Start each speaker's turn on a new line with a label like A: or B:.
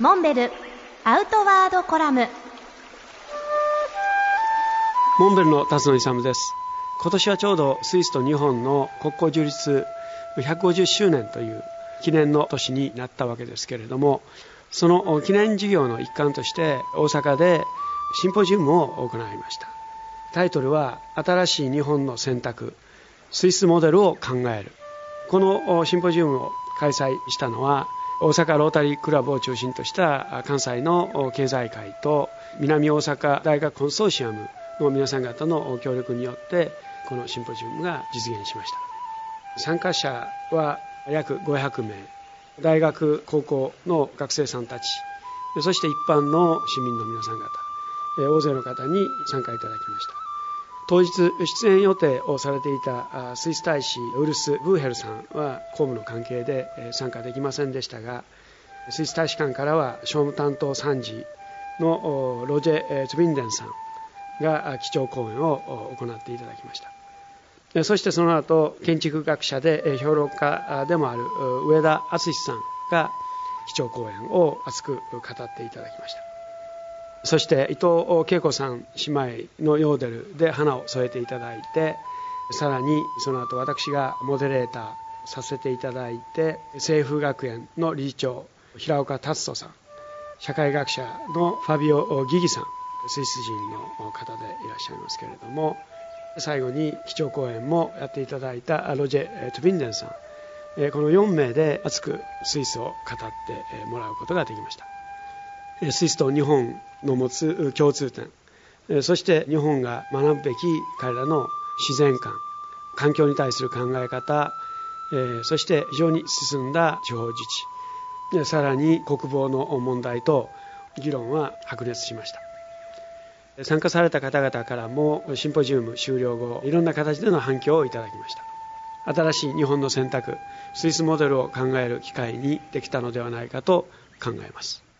A: モンベルアウトワードコラム。
B: モンベルの辰野勇です。今年はちょうどスイスと日本の国交樹立150周年という記念の年になったわけですけれども、その記念事業の一環として大阪でシンポジウムを行いました。タイトルは新しい日本の選択、スイスモデルを考える。このシンポジウムを開催したのは大阪ロータリークラブを中心とした関西の経済界と南大阪大学コンソーシアムの皆さん方の協力によってこのシンポジウムが実現しました。参加者は約500名、大学高校の学生さんたち、そして一般の市民の皆さん方、大勢の方に参加いただきました。当日出演予定をされていたスイス大使ウルス・ブーヘルさんは公務の関係で参加できませんでしたが、スイス大使館からは商務担当参事のロジェ・ツビンデンさんが基調講演を行っていただきました。そしてその後、建築学者で評論家でもある上田敦さんが基調講演を熱く語っていただきました。そして伊藤恵子さん姉妹のヨーデルで花を添えていただいて、さらにその後私がモデレーターさせていただいて、清風学園の理事長平岡達人さん、社会学者のファビオ・ギギさん、スイス人の方でいらっしゃいますけれども、最後に基調講演もやっていただいたロジェ・トゥビンデンさん、この4名で熱くスイスを語ってもらうことができました。スイスと日本の持つ共通点、そして日本が学ぶべき彼らの自然観、環境に対する考え方、そして非常に進んだ地方自治、さらに国防の問題と議論は白熱しました。参加された方々からもシンポジウム終了後、いろんな形での反響をいただきました。新しい日本の選択、スイスモデルを考える機会にできたのではないかと考えます。